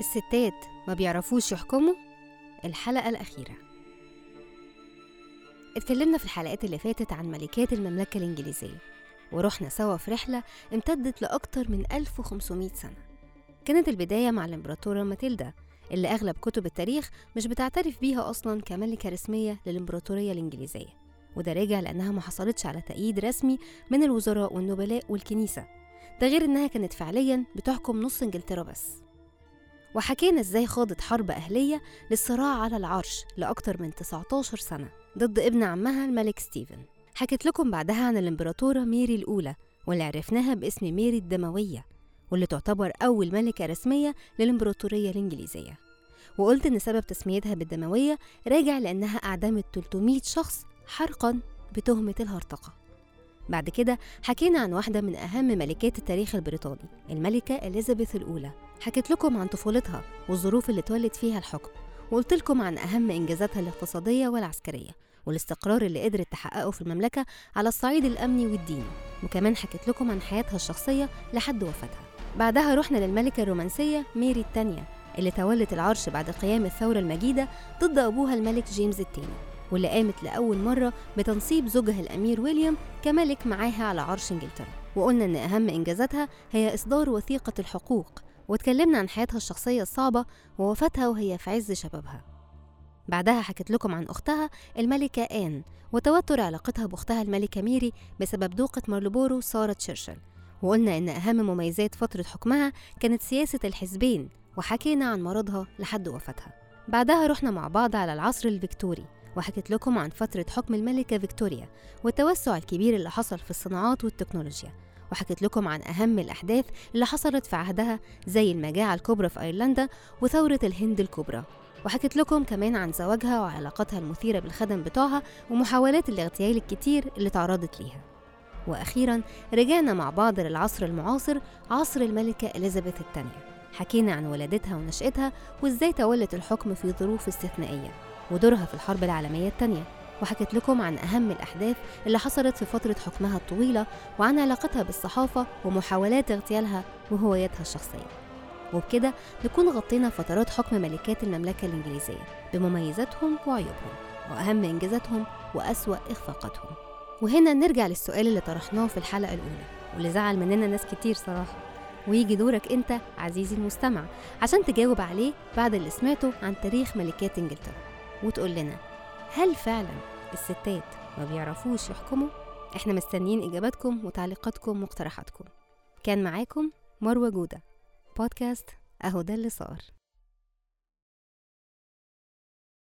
الستات ما بيعرفوش يحكموا. الحلقة الأخيرة اتكلمنا في الحلقات اللي فاتت عن ملكات المملكة الإنجليزية، ورحنا سوا في رحلة امتدت لأكتر من 1500 سنة. كانت البداية مع الإمبراطورة ماتيلدا اللي أغلب كتب التاريخ مش بتعترف بيها أصلاً كملكة رسمية للإمبراطورية الإنجليزية، وده راجع لأنها ما حصلتش على تأييد رسمي من الوزراء والنبلاء والكنيسة، ده غير إنها كانت فعلياً بتحكم نص إنجلترا بس. وحكينا إزاي خاضت حرب أهلية للصراع على العرش لأكتر من 19 سنة ضد ابن عمها الملك ستيفن. حكيت لكم بعدها عن الإمبراطورة ميري الأولى واللي عرفناها باسم ميري الدموية، واللي تعتبر أول ملكة رسمية للإمبراطورية الإنجليزية. وقلت إن سبب تسميتها بالدموية راجع لأنها أعدمت 300 شخص حرقاً بتهمة الهرطقة. بعد كده حكينا عن واحدة من أهم ملكات التاريخ البريطاني، الملكة إليزابيث الأولى. حكيت لكم عن طفولتها والظروف اللي تولت فيها الحكم، وقلت لكم عن أهم إنجازاتها الاقتصادية والعسكرية والاستقرار اللي قدرت تحققه في المملكة على الصعيد الأمني والديني. وكمان حكيت لكم عن حياتها الشخصية لحد وفاتها. بعدها رحنا للملكة الرومانسية ميري الثانية اللي تولت العرش بعد قيام الثورة المجيدة ضد أبوها الملك جيمس الثاني، واللي قامت لأول مرة بتنصيب زوجها الأمير ويليام كملك معاها على عرش إنجلترا. وقلنا إن أهم إنجازاتها هي إصدار وثيقة الحقوق، واتكلمنا عن حياتها الشخصية الصعبة ووفاتها وهي في عز شبابها. بعدها حكيت لكم عن أختها الملكة آن وتوتر علاقتها بأختها الملكة ميري بسبب دوقة مارلبورو سارة تشرشل، وقلنا إن أهم مميزات فترة حكمها كانت سياسة الحزبين، وحكينا عن مرضها لحد وفاتها. بعدها رحنا مع بعض على العصر الفيكتوري، وحكيت لكم عن فترة حكم الملكة فيكتوريا والتوسع الكبير اللي حصل في الصناعات والتكنولوجيا، وحكيت لكم عن أهم الأحداث اللي حصلت في عهدها زي المجاعة الكبرى في أيرلندا وثورة الهند الكبرى. وحكيت لكم كمان عن زواجها وعلاقتها المثيرة بالخدم بتوعها ومحاولات الاغتيال الكتير اللي تعرضت ليها. وأخيراً رجعنا مع بعض للعصر المعاصر، عصر الملكة إليزابيث الثانية. حكينا عن ولادتها ونشأتها وإزاي تولت الحكم في ظروف استثنائية ودورها في الحرب العالمية الثانية. وحكيت لكم عن أهم الأحداث اللي حصلت في فترة حكمها الطويلة وعن علاقتها بالصحافة ومحاولات اغتيالها وهواياتها الشخصية. وبكده نكون غطينا فترات حكم ملكات المملكة الإنجليزية بمميزاتهم وعيوبهم وأهم إنجازاتهم وأسوأ إخفاقاتهم. وهنا نرجع للسؤال اللي طرحناه في الحلقة الأولى واللي زعل مننا ناس كتير صراحة، ويجي دورك أنت عزيزي المستمع عشان تجاوب عليه بعد اللي سمعته عن تاريخ ملكات إنجلترا، وتقول لنا هل فعلا الستات ما بيعرفوش يحكموا؟ احنا مستنيين إجاباتكم وتعليقاتكم واقتراحاتكم. كان معاكم مروة جودة، بودكاست أهو ده اللي صار.